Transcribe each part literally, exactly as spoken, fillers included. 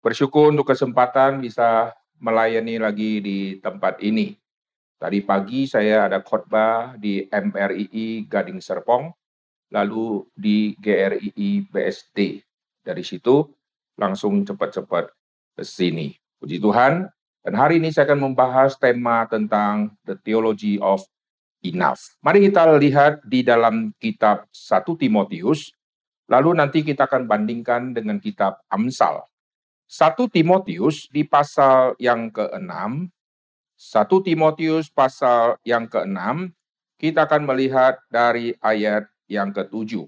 Bersyukur untuk kesempatan bisa melayani lagi di tempat ini. Tadi pagi saya ada khotbah di M R I I Gading Serpong, lalu di G R I I B S D. Dari situ langsung cepat-cepat ke sini. Puji Tuhan. Dan hari ini saya akan membahas tema tentang the theology of enough. Mari kita lihat di dalam kitab satu Timotius, lalu nanti kita akan bandingkan dengan kitab Amsal. satu Timotius di pasal yang keenam, satu Timotius pasal yang keenam, kita akan melihat dari ayat yang ketujuh.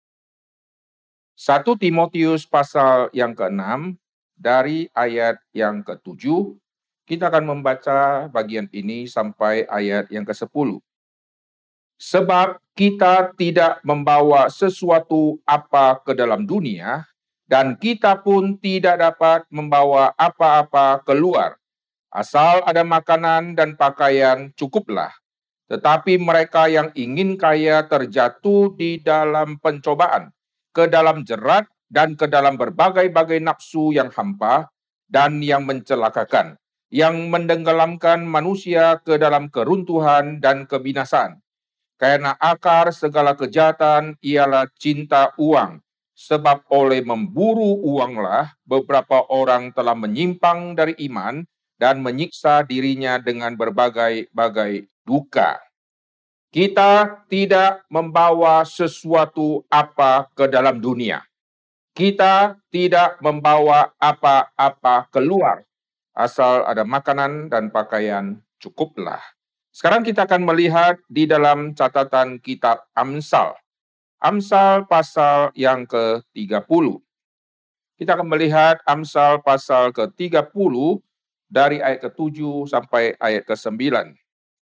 satu Timotius pasal yang keenam, dari ayat yang ketujuh, kita akan membaca bagian ini sampai ayat yang kesepuluh. Sebab kita tidak membawa sesuatu apa ke dalam dunia, dan kita pun tidak dapat membawa apa-apa keluar. Asal ada makanan dan pakaian cukuplah. Tetapi mereka yang ingin kaya terjatuh di dalam pencobaan, ke dalam jerat dan ke dalam berbagai-bagai nafsu yang hampa dan yang mencelakakan, yang mendenggelamkan manusia ke dalam keruntuhan dan kebinasaan. Karena akar segala kejahatan ialah cinta uang. Sebab oleh memburu uanglah beberapa orang telah menyimpang dari iman dan menyiksa dirinya dengan berbagai-bagai duka. Kita tidak membawa sesuatu apa ke dalam dunia. Kita tidak membawa apa-apa keluar. Asal ada makanan dan pakaian cukuplah. Sekarang kita akan melihat di dalam catatan kitab Amsal. Amsal pasal yang ke tiga puluh. Kita akan melihat Amsal pasal ke tiga puluh dari ayat ke tujuh sampai ayat ke sembilan.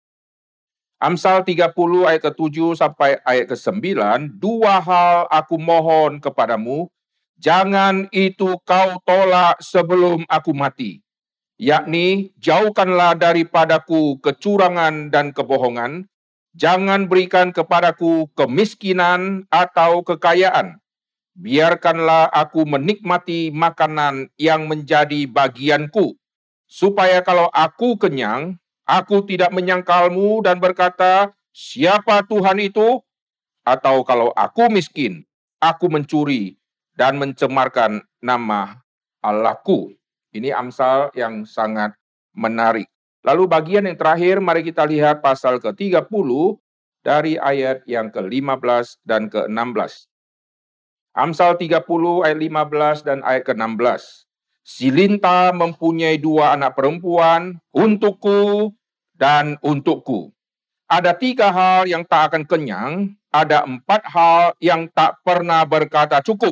Amsal tiga puluh ayat ke tujuh sampai ayat ke sembilan, dua hal aku mohon kepadamu, jangan itu kau tolak sebelum aku mati. Yakni, jauhkanlah daripadaku kecurangan dan kebohongan, jangan berikan kepadaku kemiskinan atau kekayaan. Biarkanlah aku menikmati makanan yang menjadi bagianku, supaya kalau aku kenyang, aku tidak menyangkalmu dan berkata, siapa Tuhan itu? Atau kalau aku miskin, aku mencuri dan mencemarkan nama Allahku. Ini Amsal yang sangat menarik. Lalu bagian yang terakhir, mari kita lihat pasal ke tiga puluh dari ayat yang ke lima belas dan ke enam belas. Amsal tiga puluh ayat lima belas dan ayat ke enam belas. Si linta mempunyai dua anak perempuan, untukku dan untukku. Ada tiga hal yang tak akan kenyang, ada empat hal yang tak pernah berkata cukup.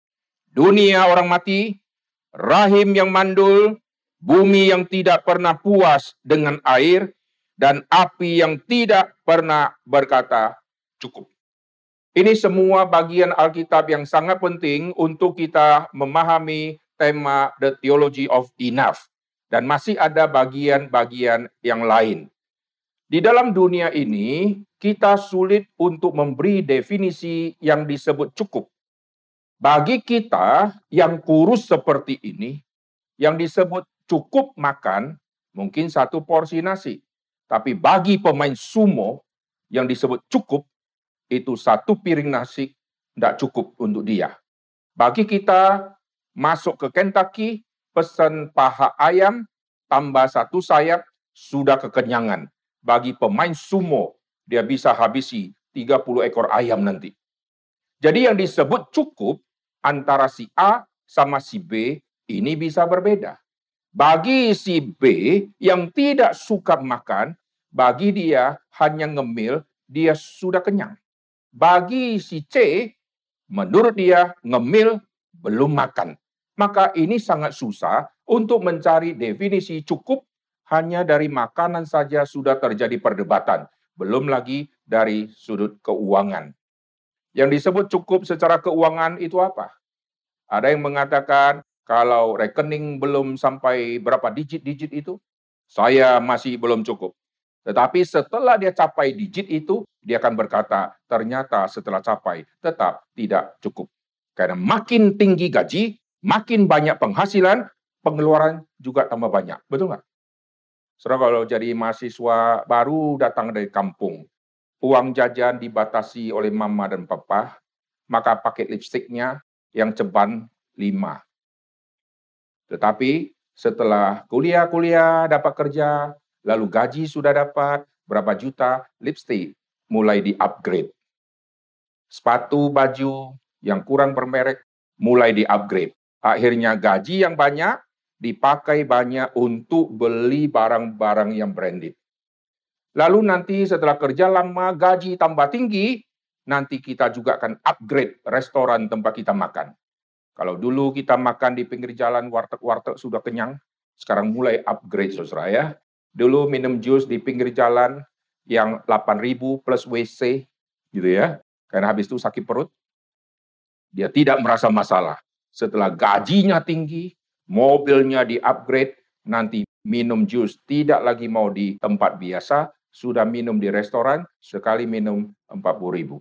Dunia orang mati, rahim yang mandul, bumi yang tidak pernah puas dengan air, dan api yang tidak pernah berkata cukup. Ini semua bagian Alkitab yang sangat penting untuk kita memahami tema The Theology of Enough. Dan masih ada bagian-bagian yang lain. Di dalam dunia ini, kita sulit untuk memberi definisi yang disebut cukup. Bagi kita yang kurus seperti ini, yang disebut cukup makan, mungkin satu porsi nasi. Tapi bagi pemain sumo, yang disebut cukup, itu satu piring nasi tidak cukup untuk dia. Bagi kita masuk ke Kentucky, pesan paha ayam, tambah satu sayap, sudah kekenyangan. Bagi pemain sumo, dia bisa habisi tiga puluh ekor ayam nanti. Jadi yang disebut cukup antara si A sama si B ini bisa berbeda. Bagi si B yang tidak suka makan, bagi dia hanya ngemil, dia sudah kenyang. Bagi si C, menurut dia ngemil belum makan. Maka ini sangat susah untuk mencari definisi cukup hanya dari makanan saja sudah terjadi perdebatan. Belum lagi dari sudut keuangan. Yang disebut cukup secara keuangan itu apa? Ada yang mengatakan kalau rekening belum sampai berapa digit-digit itu, saya masih belum cukup. Tetapi setelah dia capai digit itu, dia akan berkata, ternyata setelah capai tetap tidak cukup. Karena makin tinggi gaji, makin banyak penghasilan, pengeluaran juga tambah banyak. Betul nggak? Saudara kalau jadi mahasiswa baru datang dari kampung, uang jajan dibatasi oleh mama dan papa, maka pakai lipstiknya yang ceban lima. Tetapi setelah kuliah-kuliah, dapat kerja, lalu gaji sudah dapat, berapa juta, lipstik mulai di-upgrade. Sepatu, baju yang kurang bermerek mulai di-upgrade. Akhirnya gaji yang banyak dipakai banyak untuk beli barang-barang yang branded. Lalu nanti setelah kerja lama, gaji tambah tinggi, nanti kita juga akan upgrade restoran tempat kita makan. Kalau dulu kita makan di pinggir jalan, warteg-warteg sudah kenyang, sekarang mulai upgrade, saudara ya. Dulu minum jus di pinggir jalan yang delapan ribu plus W C, gitu ya. Karena habis itu sakit perut, dia tidak merasa masalah. Setelah gajinya tinggi, mobilnya di-upgrade, nanti minum jus tidak lagi mau di tempat biasa, sudah minum di restoran, sekali minum empat puluh ribu.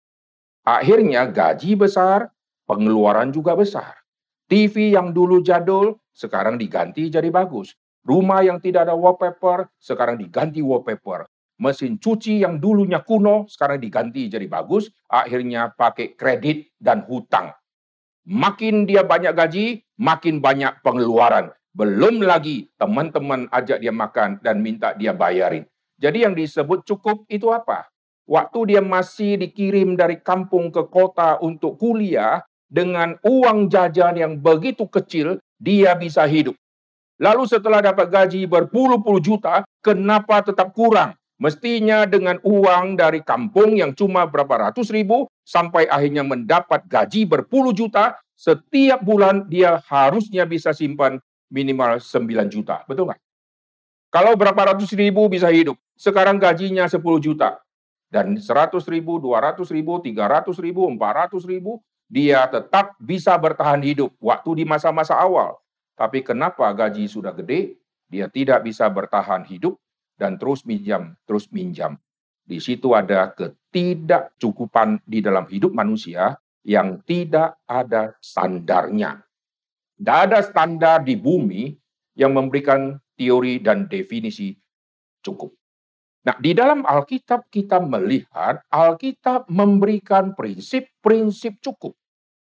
Akhirnya gaji besar, pengeluaran juga besar. T V yang dulu jadul, sekarang diganti jadi bagus. Rumah yang tidak ada wallpaper, sekarang diganti wallpaper. Mesin cuci yang dulunya kuno, sekarang diganti jadi bagus. Akhirnya pakai kredit dan hutang. Makin dia banyak gaji, makin banyak pengeluaran. Belum lagi teman-teman ajak dia makan dan minta dia bayarin. Jadi yang disebut cukup itu apa? Waktu dia masih dikirim dari kampung ke kota untuk kuliah, dengan uang jajan yang begitu kecil, dia bisa hidup. Lalu setelah dapat gaji berpuluh-puluh juta, kenapa tetap kurang? Mestinya dengan uang dari kampung yang cuma berapa ratus ribu, sampai akhirnya mendapat gaji berpuluh juta, setiap bulan dia harusnya bisa simpan minimal sembilan juta. Betul nggak? Kalau berapa ratus ribu bisa hidup, sekarang gajinya sepuluh juta. Dan seratus ribu, dua ratus ribu, tiga ratus ribu, empat ratus ribu, dia tetap bisa bertahan hidup waktu di masa-masa awal. Tapi kenapa gaji sudah gede, dia tidak bisa bertahan hidup dan terus minjam, terus minjam. Di situ ada ketidakcukupan di dalam hidup manusia yang tidak ada standarnya. Tidak ada standar di bumi yang memberikan teori dan definisi cukup. Nah, di dalam Alkitab kita melihat Alkitab memberikan prinsip-prinsip cukup.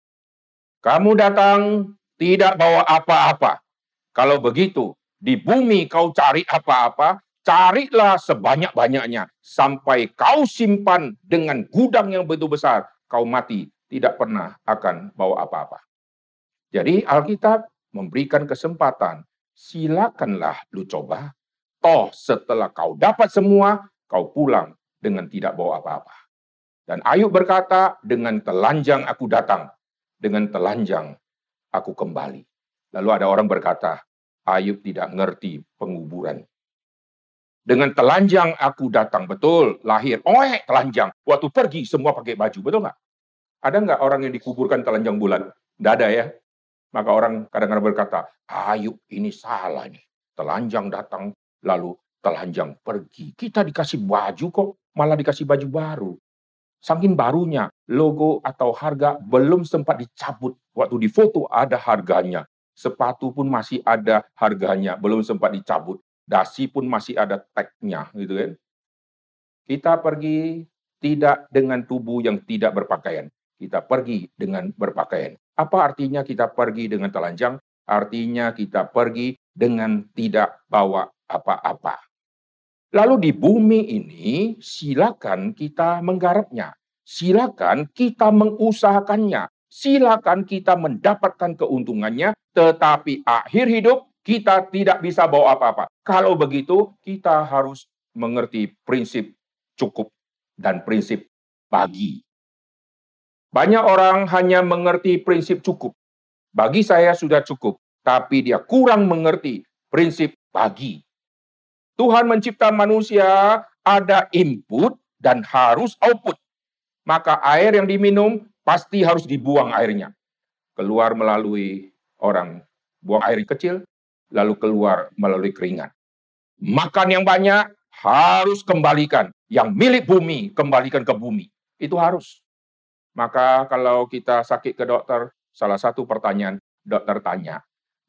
Kamu datang tidak bawa apa-apa. Kalau begitu, di bumi kau cari apa-apa, carilah sebanyak-banyaknya sampai kau simpan dengan gudang yang begitu besar, kau mati tidak pernah akan bawa apa-apa. Jadi Alkitab memberikan kesempatan, silakanlah lu coba. Toh setelah kau dapat semua, kau pulang dengan tidak bawa apa-apa. Dan Ayub berkata, dengan telanjang aku datang, dengan telanjang aku kembali. Lalu ada orang berkata, Ayub tidak ngerti penguburan. Dengan telanjang aku datang, betul, lahir, oh eh, telanjang. Waktu pergi semua pakai baju, betul nggak? Ada nggak orang yang dikuburkan telanjang bulan? Nggak ada ya. Maka orang kadang-kadang berkata, Ayub ini salah nih. Telanjang datang, lalu telanjang pergi. Kita dikasih baju kok, malah dikasih baju baru. Saking barunya, logo atau harga belum sempat dicabut. Waktu di foto ada harganya. Sepatu pun masih ada harganya, belum sempat dicabut. Dasi pun masih ada tag-nya, gitu kan. Kita pergi tidak dengan tubuh yang tidak berpakaian. Kita pergi dengan berpakaian. Apa artinya kita pergi dengan telanjang? Artinya kita pergi dengan tidak bawa apa-apa. Lalu di bumi ini silakan kita menggarapnya. Silakan kita mengusahakannya. Silakan kita mendapatkan keuntungannya. Tetapi akhir hidup kita tidak bisa bawa apa-apa. Kalau begitu kita harus mengerti prinsip cukup dan prinsip bagi. Banyak orang hanya mengerti prinsip cukup. Bagi saya sudah cukup. Tapi dia kurang mengerti prinsip bagi. Tuhan mencipta manusia ada input dan harus output. Maka air yang diminum pasti harus dibuang airnya. Keluar melalui orang buang air kecil, lalu keluar melalui keringat. Makan yang banyak harus kembalikan. Yang milik bumi kembalikan ke bumi. Itu harus. Maka kalau kita sakit ke dokter, salah satu pertanyaan dokter tanya,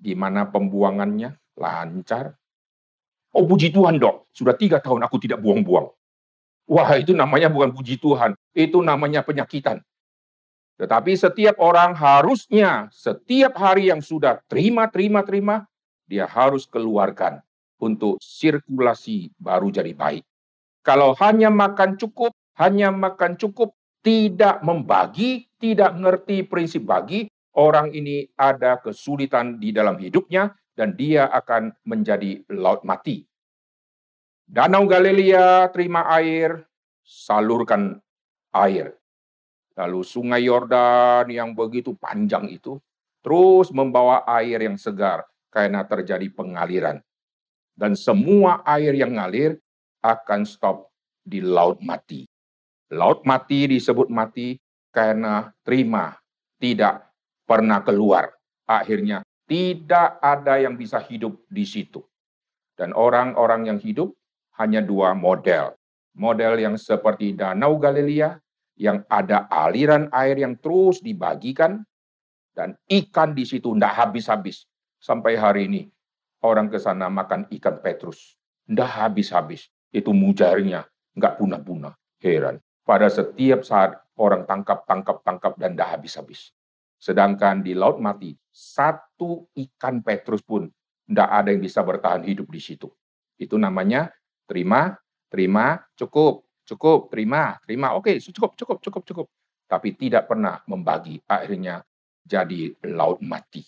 Gimana pembuangannya? Lancar? Oh puji Tuhan dok, sudah tiga tahun aku tidak buang-buang. Wah itu namanya bukan puji Tuhan, itu namanya penyakitan. Tetapi setiap orang harusnya setiap hari yang sudah terima, terima, terima, dia harus keluarkan untuk sirkulasi baru jadi baik. Kalau hanya makan cukup, hanya makan cukup, tidak membagi, tidak ngerti prinsip bagi, orang ini ada kesulitan di dalam hidupnya dan dia akan menjadi laut mati. Danau Galilea terima air, salurkan air. Lalu sungai Yordan yang begitu panjang itu terus membawa air yang segar karena terjadi pengaliran. Dan semua air yang ngalir akan stop di laut mati. Laut mati disebut mati karena terima, tidak pernah keluar. Akhirnya tidak ada yang bisa hidup di situ. Dan orang-orang yang hidup hanya dua model. Model yang seperti Danau Galilea, yang ada aliran air yang terus dibagikan, dan ikan di situ tidak habis-habis. Sampai hari ini, orang ke sana makan ikan Petrus. Tidak habis-habis. Itu mujarnya, nggak punah-punah. Heran. Pada setiap saat, orang tangkap, tangkap, tangkap, dan tidak habis-habis. Sedangkan di Laut Mati, satu ikan Petrus pun tidak ada yang bisa bertahan hidup di situ. Itu namanya terima, terima, cukup, cukup, terima, terima, oke, cukup, cukup, cukup, cukup. Tapi tidak pernah membagi, akhirnya jadi laut mati.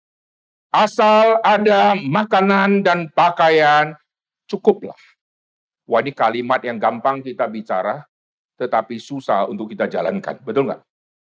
Asal ada makanan dan pakaian, cukuplah. Wah, ini kalimat yang gampang kita bicara, tetapi susah untuk kita jalankan, betul nggak?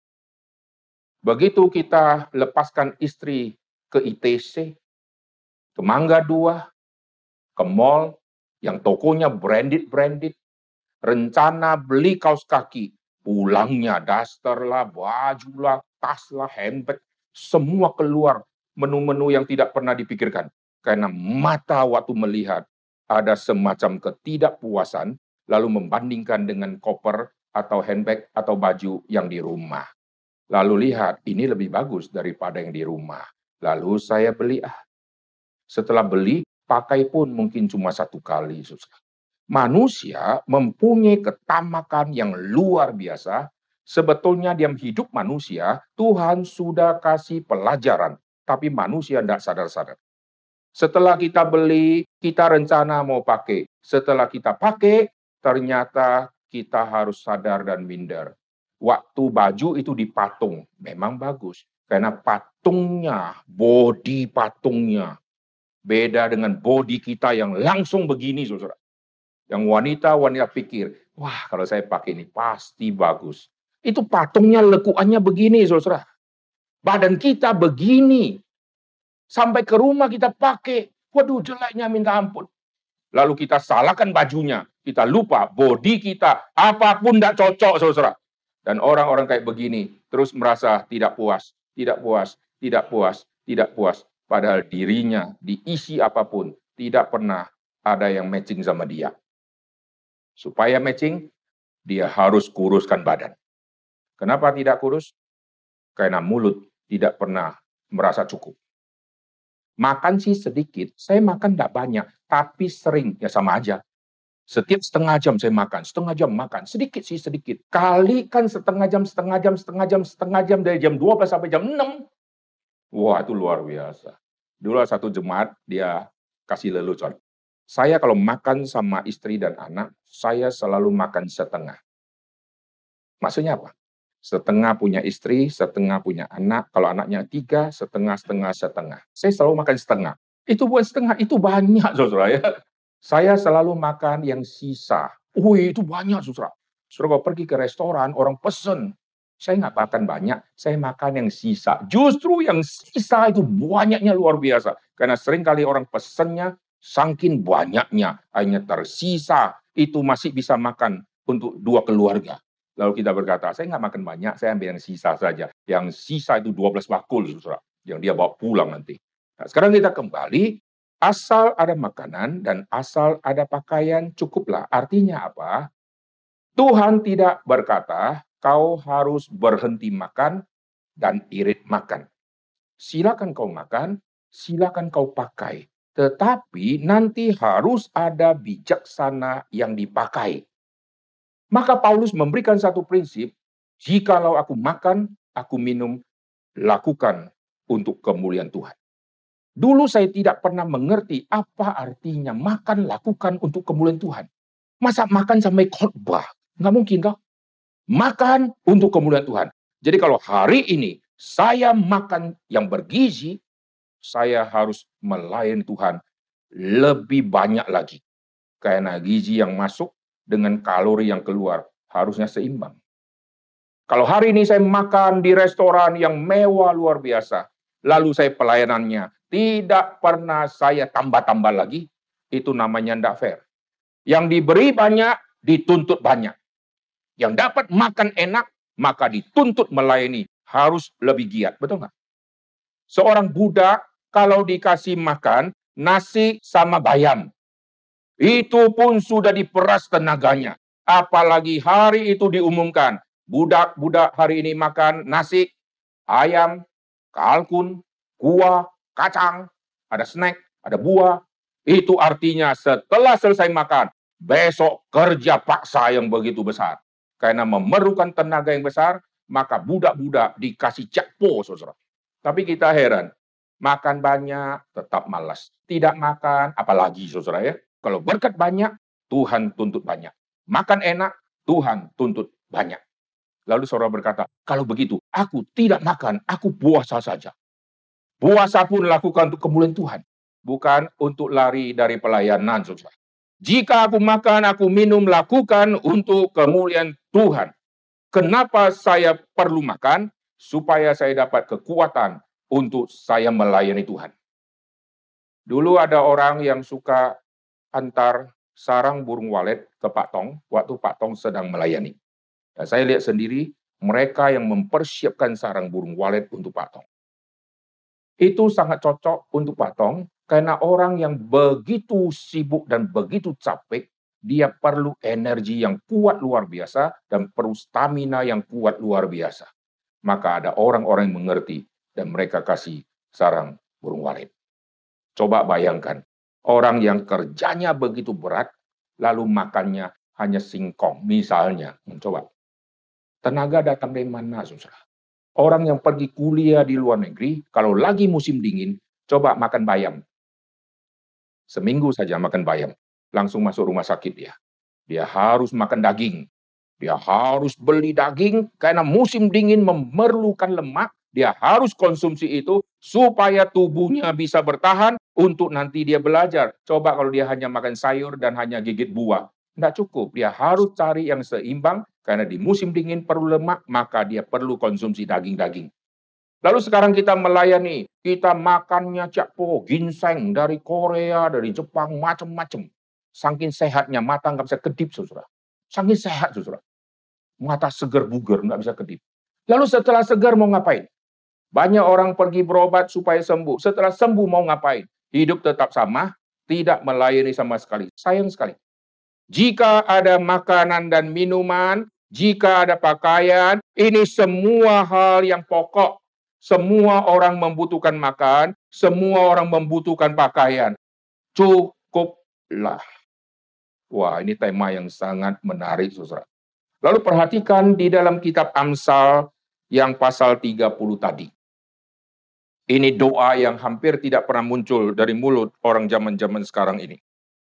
Begitu kita lepaskan istri ke I T C, ke Mangga Dua, ke mall, yang tokonya branded-branded, rencana beli kaos kaki, pulangnya daster lah, baju lah, tas lah, handbag, semua keluar menu-menu yang tidak pernah dipikirkan. Karena mata waktu melihat ada semacam ketidakpuasan, lalu membandingkan dengan koper atau handbag atau baju yang di rumah. Lalu lihat, ini lebih bagus daripada yang di rumah. Lalu saya beli, ah. Setelah beli, pakai pun mungkin cuma satu kali. Manusia mempunyai ketamakan yang luar biasa. Sebetulnya dalam hidup manusia, Tuhan sudah kasih pelajaran. Tapi manusia tidak sadar-sadar. Setelah kita beli, kita rencana mau pakai. Setelah kita pakai, ternyata kita harus sadar dan minder. Waktu baju itu dipatung, memang bagus. Karena patungnya, body patungnya, beda dengan body kita yang langsung begini, saudara. Yang wanita-wanita pikir, wah kalau saya pakai ini pasti bagus. Itu patungnya, lekuannya begini, saudara. Badan kita begini. Sampai ke rumah kita pakai, waduh jeleknya minta ampun. Lalu kita salahkan bajunya, kita lupa body kita, apapun tidak cocok, saudara. Dan orang-orang kayak begini terus merasa tidak puas, tidak puas, tidak puas, tidak puas. Padahal dirinya diisi apapun, tidak pernah ada yang matching sama dia. Supaya matching, dia harus kuruskan badan. Kenapa tidak kurus? Karena mulut tidak pernah merasa cukup. Makan sih sedikit, saya makan tidak banyak, tapi sering, ya sama aja. Setiap setengah jam saya makan, setengah jam makan, sedikit sih sedikit. Kalikan setengah jam, setengah jam, setengah jam, setengah jam, dari jam dua belas sampai jam enam. Wah, itu luar biasa. Dulu satu jemaat, dia kasih lelucon. Saya kalau makan sama istri dan anak, saya selalu makan setengah. Maksudnya apa? Setengah punya istri, setengah punya anak. Kalau anaknya tiga, setengah, setengah, setengah. Saya selalu makan setengah. Itu bukan setengah, itu banyak, saudara ya. Saya selalu makan yang sisa. Wih, itu banyak, saudara. Saudara kalau pergi ke restoran, orang pesen. Saya nggak makan banyak, saya makan yang sisa. Justru yang sisa itu banyaknya luar biasa. Karena seringkali orang pesennya, saking banyaknya, hanya tersisa. Itu masih bisa makan untuk dua keluarga. Lalu kita berkata, saya nggak makan banyak, saya ambil yang sisa saja. Yang sisa itu dua belas bakul, saudara. Yang dia bawa pulang nanti. Nah, sekarang kita kembali. Asal ada makanan dan asal ada pakaian, cukuplah. Artinya apa? Tuhan tidak berkata, kau harus berhenti makan dan irit makan. Silakan kau makan, silakan kau pakai. Tetapi nanti harus ada bijaksana yang dipakai. Maka Paulus memberikan satu prinsip, jikalau aku makan, aku minum, lakukan untuk kemuliaan Tuhan. Dulu saya tidak pernah mengerti apa artinya makan, lakukan untuk kemuliaan Tuhan. Masa makan sampai khotbah? Nggak mungkin toh. Makan untuk kemuliaan Tuhan. Jadi kalau hari ini saya makan yang bergizi, saya harus melayani Tuhan lebih banyak lagi. Karena gizi yang masuk dengan kalori yang keluar harusnya seimbang. Kalau hari ini saya makan di restoran yang mewah luar biasa, lalu saya pelayanannya tidak pernah saya tambah-tambah lagi, itu namanya tidak fair. Yang diberi banyak, dituntut banyak. Yang dapat makan enak, maka dituntut melayani, harus lebih giat. Betul nggak? Seorang budak kalau dikasih makan nasi sama bayam, itu pun sudah diperas tenaganya. Apalagi hari itu diumumkan, budak-budak hari ini makan nasi, ayam, kalkun, kuah, kacang, ada snack, ada buah. Itu artinya setelah selesai makan, besok kerja paksa yang begitu besar. Karena memerlukan tenaga yang besar, maka budak-budak dikasih cakpo, saudara. Tapi kita heran, makan banyak tetap malas. Tidak makan, apalagi saudara ya. Kalau berkat banyak, Tuhan tuntut banyak. Makan enak, Tuhan tuntut banyak. Lalu saudara berkata, kalau begitu, aku tidak makan, aku puasa saja. Puasa pun lakukan untuk kemuliaan Tuhan. Bukan untuk lari dari pelayanan, saudara. Jika aku makan, aku minum, lakukan untuk kemuliaan Tuhan. Kenapa saya perlu makan? Supaya saya dapat kekuatan untuk saya melayani Tuhan. Dulu ada orang yang suka antar sarang burung walet ke Pak Tong waktu Pak Tong sedang melayani. Dan saya lihat sendiri mereka yang mempersiapkan sarang burung walet untuk Pak Tong. Itu sangat cocok untuk Pak Tong karena orang yang begitu sibuk dan begitu capek, dia perlu energi yang kuat luar biasa dan perlu stamina yang kuat luar biasa. Maka ada orang-orang yang mengerti dan mereka kasih sarang burung walet. Coba bayangkan, orang yang kerjanya begitu berat, lalu makannya hanya singkong, misalnya. Coba, tenaga datang dari mana, saudara? Orang yang pergi kuliah di luar negeri, kalau lagi musim dingin, coba makan bayam. Seminggu saja makan bayam, langsung masuk rumah sakit dia. Dia harus makan daging. Dia harus beli daging, karena musim dingin memerlukan lemak, dia harus konsumsi itu supaya tubuhnya bisa bertahan untuk nanti dia belajar. Coba kalau dia hanya makan sayur dan hanya gigit buah. Tidak cukup. Dia harus cari yang seimbang karena di musim dingin perlu lemak, maka dia perlu konsumsi daging-daging. Lalu sekarang kita melayani, kita makannya cakpo, ginseng dari Korea, dari Jepang, macam-macam. Saking sehatnya, mata nggak bisa kedip, saudara. Saking sehat, saudara. Mata segar bugar, nggak bisa kedip. Lalu setelah segar mau ngapain? Banyak orang pergi berobat supaya sembuh. Setelah sembuh mau ngapain? Hidup tetap sama, tidak melayani sama sekali. Sayang sekali. Jika ada makanan dan minuman, jika ada pakaian, ini semua hal yang pokok. Semua orang membutuhkan makan, semua orang membutuhkan pakaian. Cukuplah. Wah, ini tema yang sangat menarik, saudara. Lalu perhatikan di dalam kitab Amsal yang pasal tiga puluh tadi. Ini doa yang hampir tidak pernah muncul dari mulut orang zaman-zaman sekarang ini.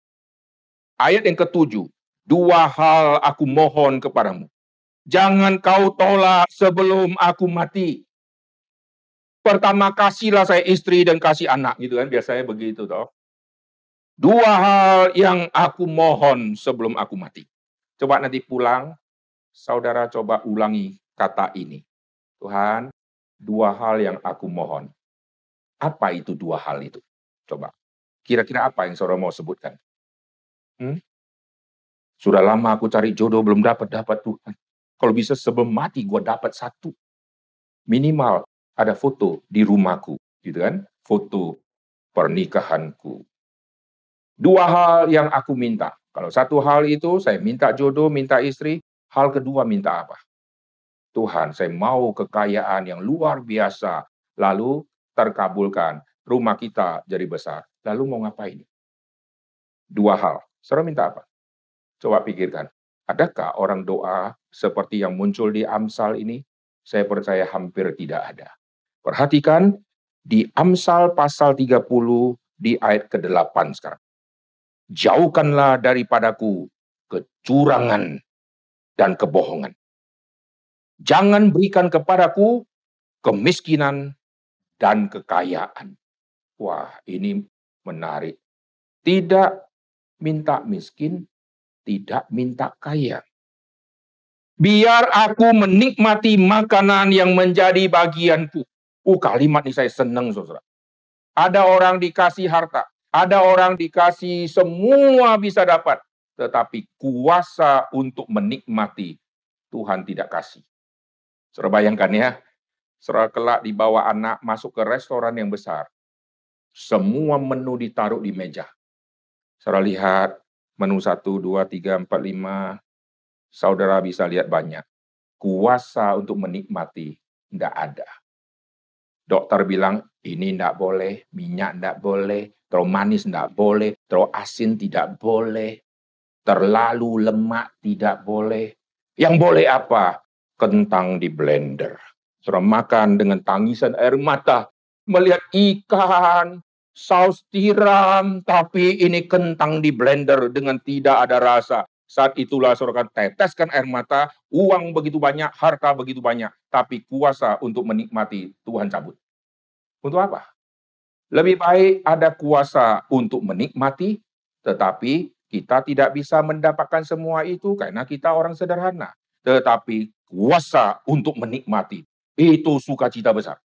Ayat yang ketujuh, dua hal aku mohon kepadamu. Jangan kau tolak sebelum aku mati. Pertama, kasihlah saya istri dan kasih anak, gitu kan, biasanya begitu toh. Dua hal yang aku mohon sebelum aku mati. Coba nanti pulang, saudara coba ulangi kata ini. Tuhan, dua hal yang aku mohon. Apa itu dua hal itu? Coba. Kira-kira apa yang saudara mau sebutkan? Hmm? Sudah lama aku cari jodoh, belum dapat-dapat Tuhan. Kalau bisa sebelum mati, gue dapat satu. Minimal ada foto di rumahku. Gitu kan? Foto pernikahanku. Dua hal yang aku minta. Kalau satu hal itu, saya minta jodoh, minta istri. Hal kedua minta apa? Tuhan, saya mau kekayaan yang luar biasa. Lalu terkabulkan. rumah kita jadi besar. Lalu mau ngapain? Dua hal. Saudara minta apa? Coba pikirkan. Adakah orang doa seperti yang muncul di Amsal ini? Saya percaya hampir tidak ada. Perhatikan di Amsal pasal tiga puluh di ayat kedelapan sekarang. Jauhkanlah daripadaku kecurangan dan kebohongan. Jangan berikan kepadaku kemiskinan dan kekayaan. Wah, ini menarik. Tidak minta miskin, tidak minta kaya. Biar aku menikmati makanan yang menjadi bagianku. Uh, kalimat ini saya senang, saudara. Ada orang dikasih harta, ada orang dikasih semua bisa dapat, tetapi kuasa untuk menikmati Tuhan tidak kasih. Saudara bayangkan ya, saudara kelak dibawa anak masuk ke restoran yang besar. Semua menu ditaruh di meja. Saudara lihat menu satu, dua, tiga, empat, lima. Saudara bisa lihat banyak. Kuasa untuk menikmati tidak ada. Dokter bilang, ini tidak boleh, minyak tidak boleh, terlalu manis tidak boleh, terlalu asin tidak boleh, terlalu lemak tidak boleh. Yang boleh apa? Kentang di blender. Saudara makan dengan tangisan air mata, melihat ikan, saus tiram, tapi ini kentang di blender dengan tidak ada rasa. Saat itulah saudara teteskan air mata, uang begitu banyak, harta begitu banyak, tapi kuasa untuk menikmati Tuhan cabut. Untuk apa? Lebih baik ada kuasa untuk menikmati, tetapi kita tidak bisa mendapatkan semua itu karena kita orang sederhana. Tetapi kuasa untuk menikmati, itu sukacita besar.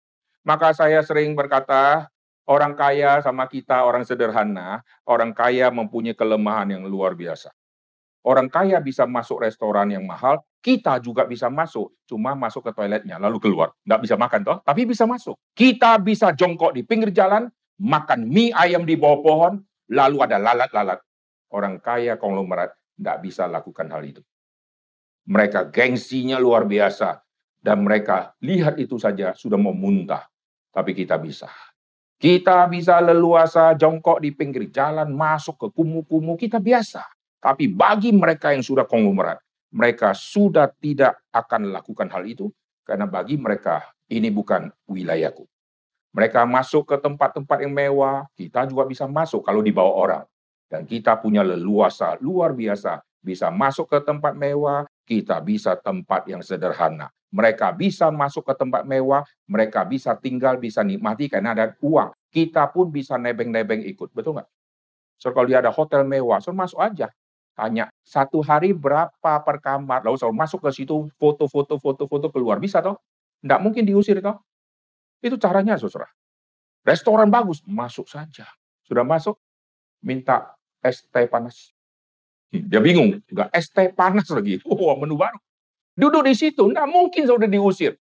Maka saya sering berkata, orang kaya sama kita orang sederhana, orang kaya mempunyai kelemahan yang luar biasa. Orang kaya bisa masuk restoran yang mahal, kita juga bisa masuk, cuma masuk ke toiletnya, lalu keluar. Nggak bisa makan toh, tapi bisa masuk. Kita bisa jongkok di pinggir jalan, makan mie ayam di bawah pohon, lalu ada lalat-lalat. Orang kaya konglomerat nggak bisa lakukan hal itu. Mereka gengsinya luar biasa, dan mereka lihat itu saja sudah mau muntah. Tapi kita bisa. Kita bisa leluasa jongkok di pinggir jalan, masuk ke kumuh-kumuh, kita biasa. Tapi bagi mereka yang sudah konglomerat, mereka sudah tidak akan lakukan hal itu, karena bagi mereka ini bukan wilayahku. Mereka masuk ke tempat-tempat yang mewah, kita juga bisa masuk kalau dibawa orang. Dan kita punya leluasa luar biasa, bisa masuk ke tempat mewah, kita bisa tempat yang sederhana. Mereka bisa masuk ke tempat mewah, mereka bisa tinggal, bisa nikmati karena ada uang. Kita pun bisa nebeng-nebeng ikut, betul nggak? So, kalau dia ada hotel mewah, so masuk aja. Tanya, satu hari berapa per kamar? Lalu selalu masuk ke situ, foto-foto, foto-foto keluar. Bisa toh? Nggak mungkin diusir toh? Itu caranya, saudara. Restoran bagus, masuk saja. Sudah masuk, minta es teh panas. Dia bingung, nggak es teh panas lagi. Wah, menu baru. Duduk di situ, nggak mungkin sudah diusir.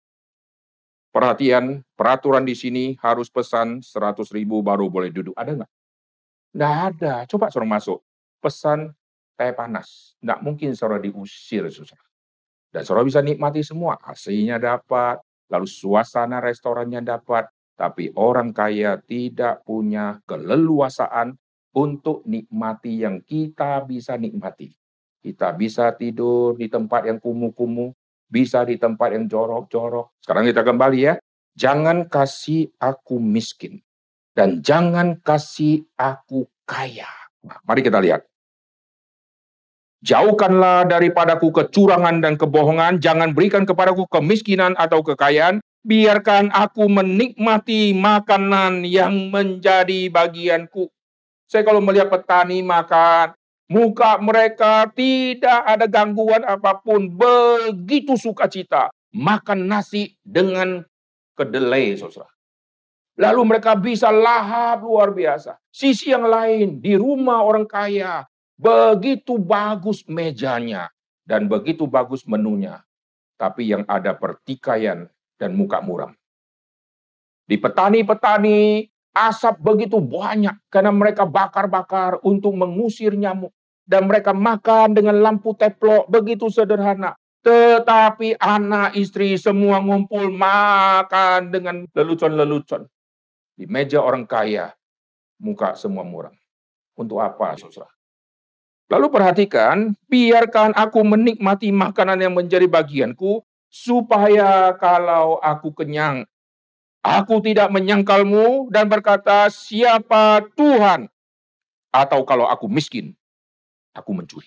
Perhatian, peraturan di sini harus pesan seratus ribu baru boleh duduk. Ada nggak? Nggak ada. Coba suruh masuk. Pesan teh panas. Nggak mungkin saudara diusir, saudara. Dan saudara bisa nikmati semua. A C-nya dapat, lalu suasana restorannya dapat. Tapi orang kaya tidak punya keleluasaan untuk nikmati yang kita bisa nikmati. Kita bisa tidur di tempat yang kumuh-kumuh, bisa di tempat yang jorok-jorok. Sekarang kita kembali ya. Jangan kasih aku miskin. Dan jangan kasih aku kaya. Nah, mari kita lihat. Jauhkanlah daripadaku kecurangan dan kebohongan, jangan berikan kepadaku kemiskinan atau kekayaan, biarkan aku menikmati makanan yang menjadi bagianku. Saya kalau melihat petani makan, muka mereka tidak ada gangguan apapun, begitu sukacita. Makan nasi dengan kedelai, saudara. Lalu mereka bisa lahap luar biasa. Sisi yang lain, di rumah orang kaya, begitu bagus mejanya dan begitu bagus menunya. Tapi yang ada pertikaian dan muka muram. Di petani-petani, asap begitu banyak karena mereka bakar-bakar untuk mengusir nyamuk. Dan mereka makan dengan lampu teplok, begitu sederhana. Tetapi anak istri semua ngumpul makan dengan lelucon-lelucon. Di meja orang kaya, muka semua muram. Untuk apa, saudara? Lalu perhatikan, biarkan aku menikmati makanan yang menjadi bagianku, supaya kalau aku kenyang, aku tidak menyangkalmu dan berkata, siapa Tuhan? Atau kalau aku miskin, aku mencuri.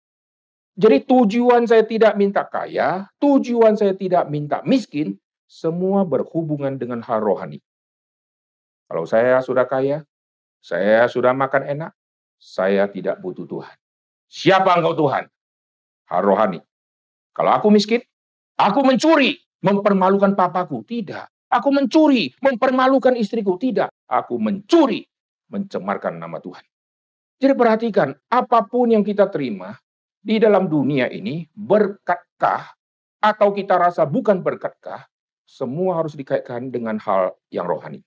Jadi tujuan saya tidak minta kaya, tujuan saya tidak minta miskin, semua berhubungan dengan hal rohani. Kalau saya sudah kaya, saya sudah makan enak, saya tidak butuh Tuhan. Siapa engkau Tuhan? Hal rohani. Kalau aku miskin, aku mencuri, mempermalukan papaku. Tidak. Aku mencuri, mempermalukan istriku. Tidak. Aku mencuri, mencemarkan nama Tuhan. Jadi perhatikan, apapun yang kita terima di dalam dunia ini, berkatkah atau kita rasa bukan berkatkah, semua harus dikaitkan dengan hal yang rohani.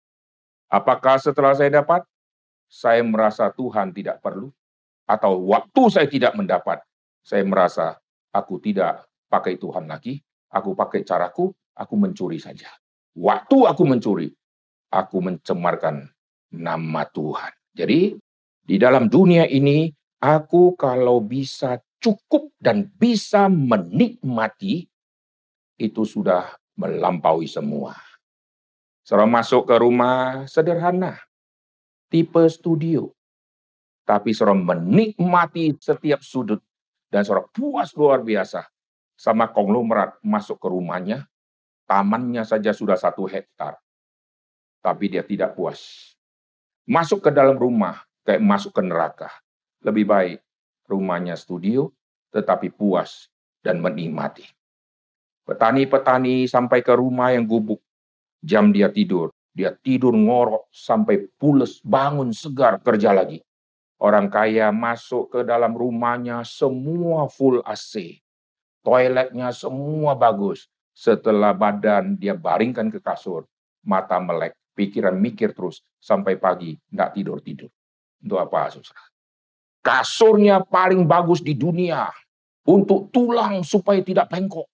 Apakah setelah saya dapat, saya merasa Tuhan tidak perlu? Atau waktu saya tidak mendapat, saya merasa aku tidak pakai Tuhan lagi, aku pakai caraku, aku mencuri saja. Waktu aku mencuri, aku mencemarkan nama Tuhan. Jadi, di dalam dunia ini, aku kalau bisa cukup dan bisa menikmati, itu sudah melampaui semua. Seorang masuk ke rumah sederhana, tipe studio. Tapi seorang menikmati setiap sudut. Dan seorang puas luar biasa. Sama konglomerat masuk ke rumahnya, tamannya saja sudah satu hektar. Tapi dia tidak puas. Masuk ke dalam rumah, kayak masuk ke neraka. Lebih baik rumahnya studio, tetapi puas dan menikmati. Petani-petani sampai ke rumah yang gubuk. Jam dia tidur. Dia tidur ngorok sampai pules, bangun segar, kerja lagi. Orang kaya masuk ke dalam rumahnya, semua full A C. Toiletnya semua bagus. Setelah badan dia baringkan ke kasur, mata melek, pikiran mikir terus, sampai pagi nggak tidur-tidur. Untuk apa, saudara? Kasurnya paling bagus di dunia, untuk tulang supaya tidak bengkok.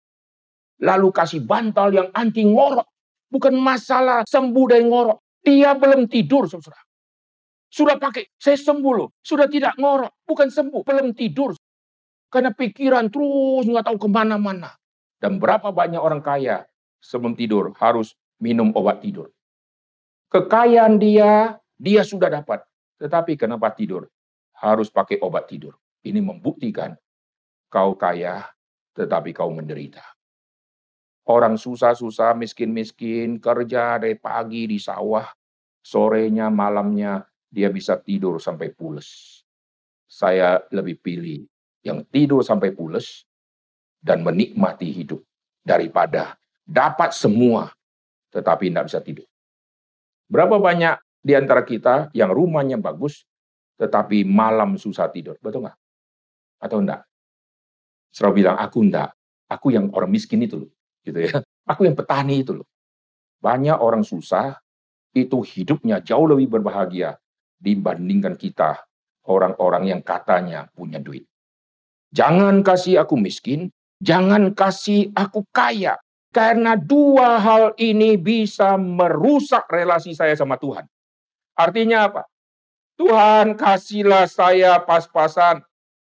Lalu kasih bantal yang anti ngorok. Bukan masalah sembuh dari ngorok. Dia belum tidur, saudara. Sudah pakai, saya sembuh loh. Sudah tidak ngorok, bukan sembuh, belum tidur. Karena pikiran terus nggak tahu kemana-mana. Dan berapa banyak orang kaya sebelum tidur harus minum obat tidur. Kekayaan dia, dia sudah dapat. Tetapi kenapa tidur? Harus pakai obat tidur. Ini membuktikan kau kaya, tetapi kau menderita. Orang susah-susah, miskin-miskin, kerja dari pagi di sawah, sorenya, malamnya, dia bisa tidur sampai pules. Saya lebih pilih yang tidur sampai pules dan menikmati hidup daripada dapat semua tetapi tidak bisa tidur. Berapa banyak di antara kita yang rumahnya bagus tetapi malam susah tidur, betul nggak? Atau enggak? Selalu bilang, aku enggak. Aku yang orang miskin itu loh, gitu ya. Aku yang petani itu loh. Banyak orang susah itu hidupnya jauh lebih berbahagia dibandingkan kita, orang-orang yang katanya punya duit. Jangan kasih aku miskin, jangan kasih aku kaya. Karena dua hal ini bisa merusak relasi saya sama Tuhan. Artinya apa? Tuhan, kasihlah saya pas-pasan.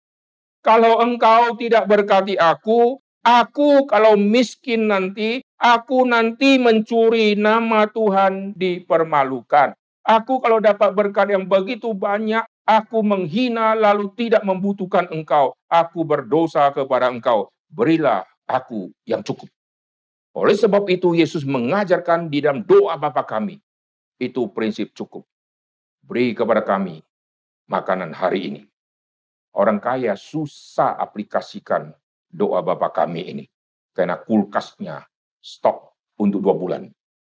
Kalau engkau tidak berkati aku, aku kalau miskin nanti, aku nanti mencuri, nama Tuhan dipermalukan. Aku kalau dapat berkat yang begitu banyak, aku menghina lalu tidak membutuhkan engkau. Aku berdosa kepada engkau. Berilah aku yang cukup. Oleh sebab itu Yesus mengajarkan di dalam doa Bapa kami. Itu prinsip cukup. Beri kepada kami makanan hari ini. Orang kaya susah aplikasikan doa Bapa kami ini. Karena kulkasnya stok untuk dua bulan.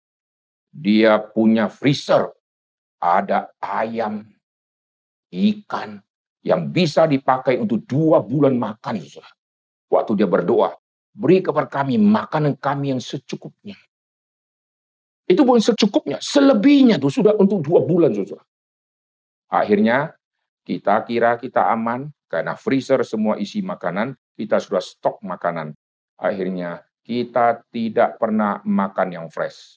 Dia punya freezer. Ada ayam, ikan yang bisa dipakai untuk dua bulan makan. Waktu dia berdoa, beri kepada kami makanan kami yang secukupnya. Itu bukan secukupnya, selebihnya itu sudah untuk dua bulan. Saudara. Akhirnya kita kira kita aman, karena freezer semua isi makanan, kita sudah stok makanan. Akhirnya kita tidak pernah makan yang fresh.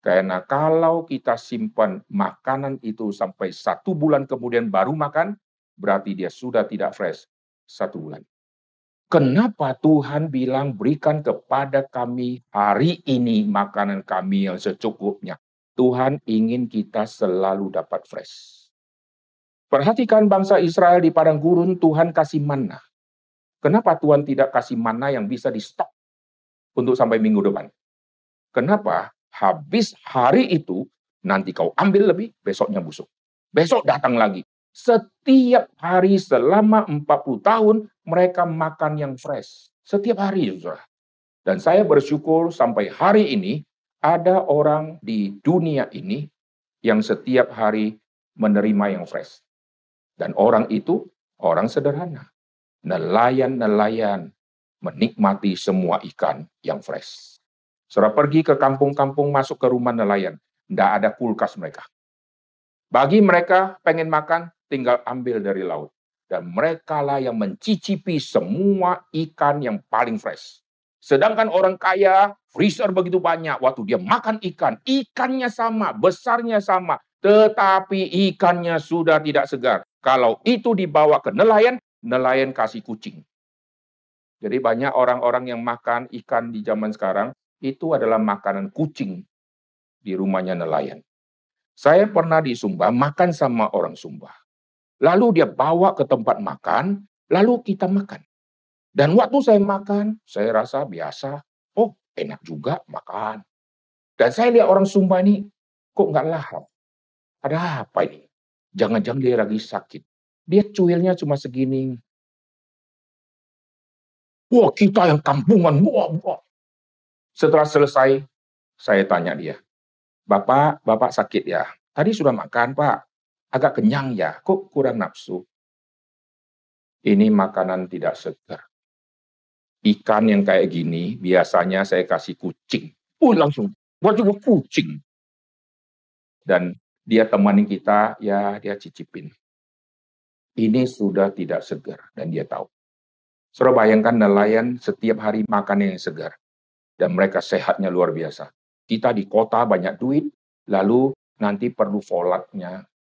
Karena kalau kita simpan makanan itu sampai satu bulan kemudian baru makan, berarti dia sudah tidak fresh satu bulan. Kenapa Tuhan bilang berikan kepada kami hari ini makanan kami yang secukupnya? Tuhan ingin kita selalu dapat fresh. Perhatikan bangsa Israel di padang gurun, Tuhan kasih manna. Kenapa Tuhan tidak kasih manna yang bisa di stok untuk sampai minggu depan? Kenapa? Habis hari itu, nanti kau ambil lebih, besoknya busuk. Besok datang lagi. Setiap hari selama empat puluh tahun, mereka makan yang fresh. Setiap hari, saudara. Dan saya bersyukur sampai hari ini, ada orang di dunia ini yang setiap hari menerima yang fresh. Dan orang itu, orang sederhana. Nelayan-nelayan menikmati semua ikan yang fresh. Saudara pergi ke kampung-kampung, masuk ke rumah nelayan. Tidak ada kulkas mereka. Bagi mereka pengen makan, tinggal ambil dari laut. Dan mereka lah yang mencicipi semua ikan yang paling fresh. Sedangkan orang kaya, freezer begitu banyak. Waktu dia makan ikan, ikannya sama, besarnya sama. Tetapi ikannya sudah tidak segar. Kalau itu dibawa ke nelayan, nelayan kasih kucing. Jadi banyak orang-orang yang makan ikan di zaman sekarang, itu adalah makanan kucing di rumahnya nelayan. Saya pernah di Sumba makan sama orang Sumba. Lalu dia bawa ke tempat makan, lalu kita makan. Dan waktu saya makan, saya rasa biasa. Oh, enak juga makan. Dan saya lihat orang Sumba ini, kok nggak lahap? Ada apa ini? Jangan-jangan dia lagi sakit. Dia cuilnya cuma segini. Wah, kita yang kampungan. Wah, wah. Setelah selesai, saya tanya dia, Bapak, Bapak sakit ya? Tadi sudah makan, Pak. Agak kenyang ya? Kok kurang nafsu? Ini makanan tidak segar. Ikan yang kayak gini, biasanya saya kasih kucing. Uh, langsung, buat juga kucing. Dan dia temani kita, ya dia cicipin. Ini sudah tidak segar, dan dia tahu. Saudara bayangkan nelayan setiap hari makan yang segar. Dan mereka sehatnya luar biasa. Kita di kota banyak duit, lalu nanti perlu folatnya